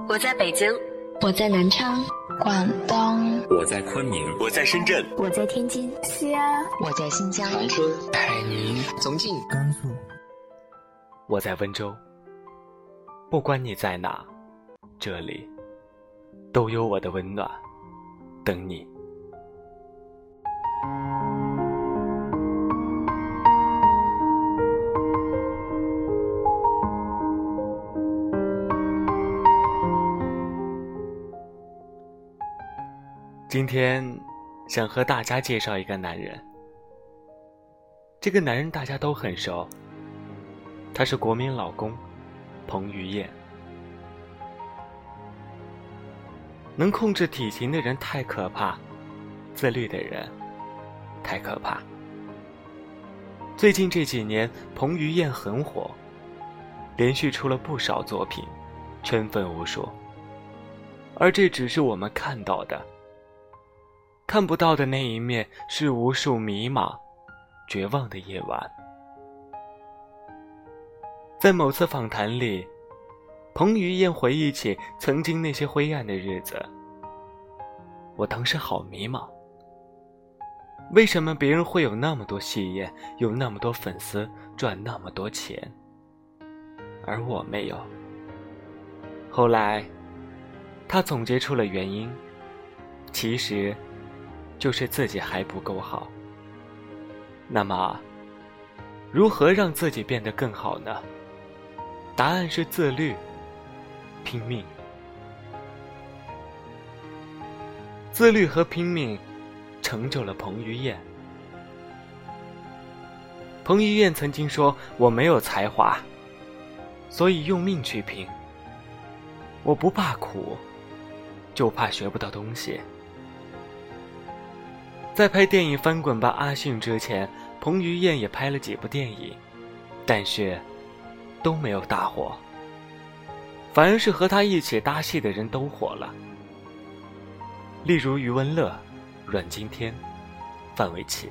我在北京， 我在南昌， 广东， 我在昆明， 我在深圳， 我在天津， 西安， 我在新疆， 长春， 海宁， 重庆， 甘肃， 我在温州。不管你在哪，这里都有我的温暖等你。今天想和大家介绍一个男人。这个男人大家都很熟，他是国民老公彭于晏。能控制体型的人太可怕，自律的人太可怕。最近这几年彭于晏很火，连续出了不少作品，圈粉无数。而这只是我们看到的，看不到的那一面是无数迷茫绝望的夜晚。在某次访谈里，彭于晏回忆起曾经那些灰暗的日子。我当时好迷茫，为什么别人会有那么多戏演，有那么多粉丝，赚那么多钱，而我没有？后来他总结出了原因，其实就是自己还不够好。那么如何让自己变得更好呢？答案是自律，拼命。自律和拼命成就了彭于晏。彭于晏曾经说，我没有才华，所以用命去拼。我不怕苦，就怕学不到东西。在拍电影《翻滚吧，阿信》之前，彭于晏也拍了几部电影，但是都没有大火，反而是和他一起搭戏的人都火了，例如余文乐、阮经天、范玮琪。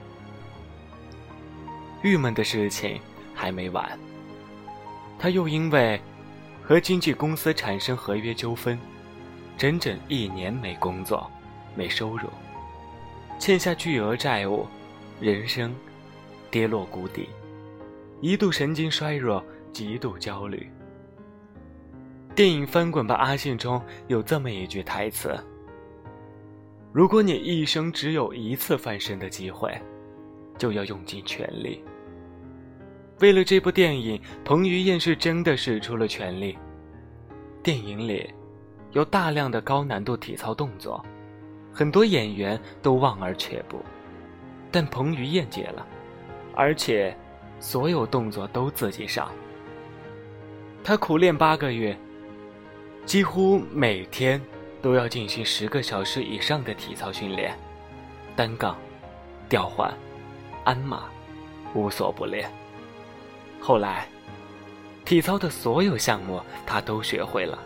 郁闷的事情还没完，他又因为和经纪公司产生合约纠纷，整整1年没工作，没收入，欠下巨额债务，人生跌落谷底，一度神经衰弱，极度焦虑。电影《翻滚吧，阿信》中有这么一句台词：如果你一生只有一次翻身的机会，就要用尽全力。为了这部电影，彭于晏是真的使出了全力。电影里有大量的高难度体操动作，很多演员都望而却步，但彭于晏接了，而且所有动作都自己上。他苦练8个月，几乎每天都要进行10个小时以上的体操训练，单杠、吊环、鞍马，无所不练。后来体操的所有项目他都学会了。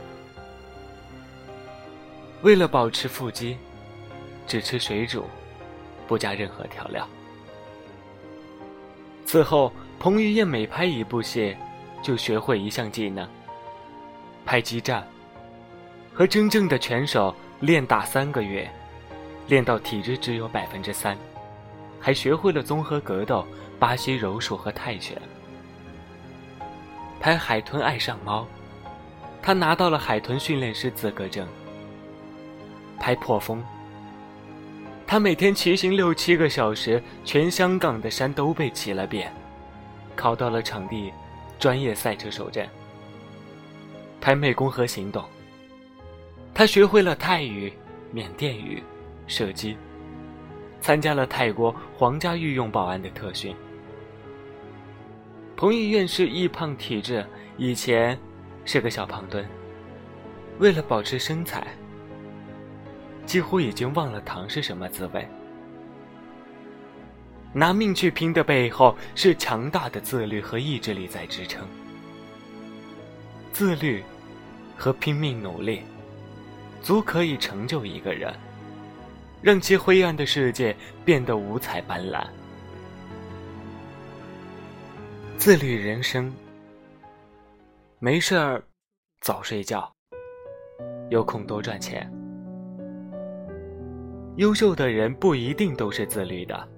为了保持腹肌，只吃水煮，不加任何调料。此后彭于晏每拍一部戏就学会一项技能，拍激战，和真正的拳手练打3个月，练到体脂只有3%，还学会了综合格斗、巴西柔术和泰拳。拍《海豚爱上猫》，他拿到了海豚训练师资格证。拍《破风》，他每天骑行6、7个小时，全香港的山都被骑了遍，考到了场地专业赛车手证。拍《湄公河行动》，他学会了泰语、缅甸语、射击，参加了泰国皇家御用保安的特训。彭于晏是易胖体质，以前是个小胖墩，为了保持身材，几乎已经忘了糖是什么滋味。拿命去拼的背后是强大的自律和意志力在支撑。自律和拼命努力足可以成就一个人，让其灰暗的世界变得五彩斑斓。自律人生，没事儿早睡觉， 有空多赚钱。优秀的人不一定都是自律的，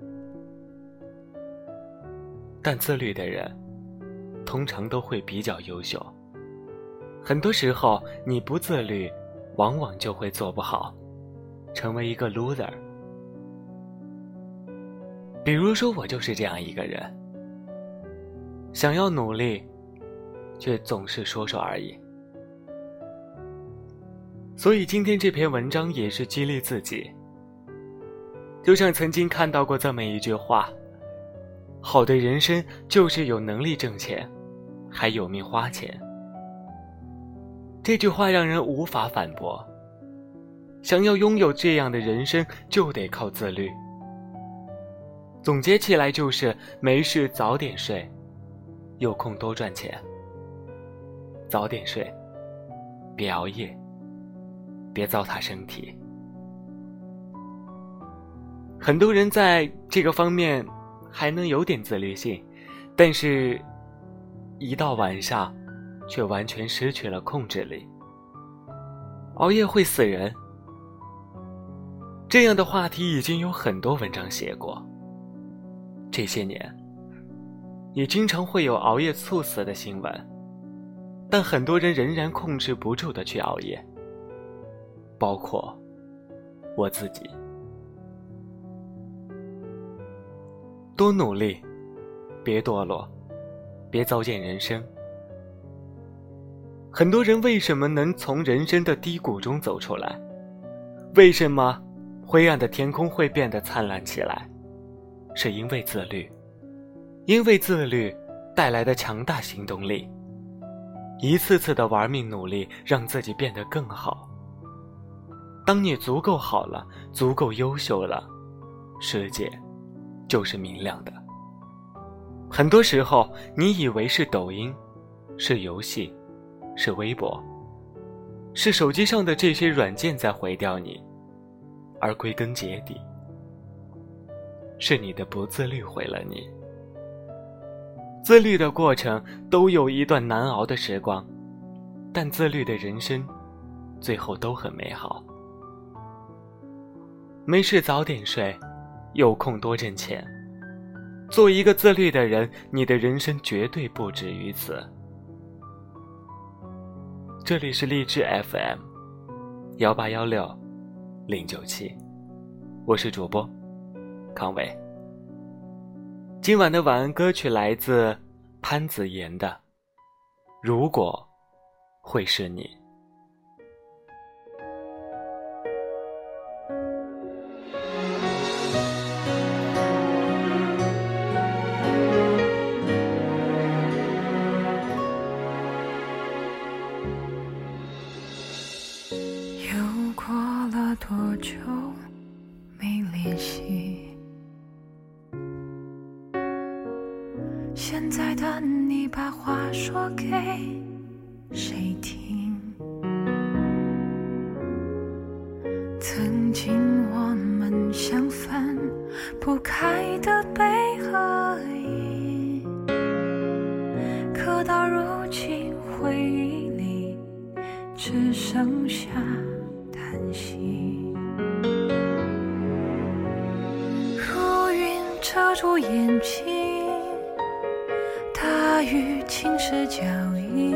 但自律的人通常都会比较优秀。很多时候你不自律，往往就会做不好，成为一个 loser。 比如说我就是这样一个人，想要努力，却总是说说而已。所以今天这篇文章也是激励自己。就像曾经看到过这么一句话，好的人生就是有能力挣钱，还有命花钱。这句话让人无法反驳。想要拥有这样的人生，就得靠自律。总结起来就是没事早点睡，有空多赚钱。早点睡，别熬夜，别糟蹋身体。很多人在这个方面还能有点自律性，但是一到晚上却完全失去了控制力。熬夜会死人，这样的话题已经有很多文章写过。这些年也经常会有熬夜猝死的新闻，但很多人仍然控制不住的去熬夜，包括我自己。多努力，别堕落，别糟践人生。很多人为什么能从人生的低谷中走出来？为什么灰暗的天空会变得灿烂起来？是因为自律，因为自律带来的强大行动力，一次次的玩命努力，让自己变得更好。当你足够好了，足够优秀了，世界就是明亮的。很多时候你以为是抖音，是游戏，是微博，是手机上的这些软件在毁掉你，而归根结底是你的不自律毁了你。自律的过程都有一段难熬的时光，但自律的人生最后都很美好。没事早点睡，有空多挣钱。做一个自律的人，你的人生绝对不止于此。这里是荔枝 FM 1816097，我是主播康伟。今晚的晚安歌曲来自潘子妍的《如果会是你》。 又过了多久没联系？现在的你把话说给谁听？曾经我们像分不开的悲和喜，可到如今回忆里只剩下叹息。如云遮住眼睛，大雨侵蚀脚印，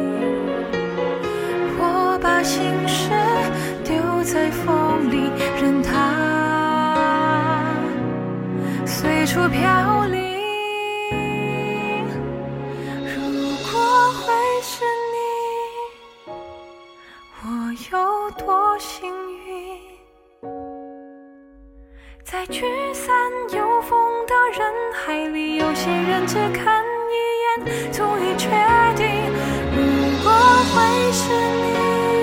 我把心事丢在风里，任它随处飘零。如果会是你，我有多幸运，在聚散有风的人海里，有些人只看一眼足以确定。如果会是你，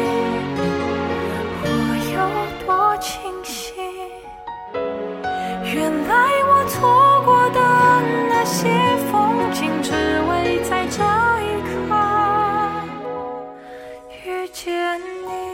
我有多庆幸，原来我错过的那些风景，只为在这一刻遇见你。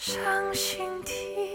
伤心地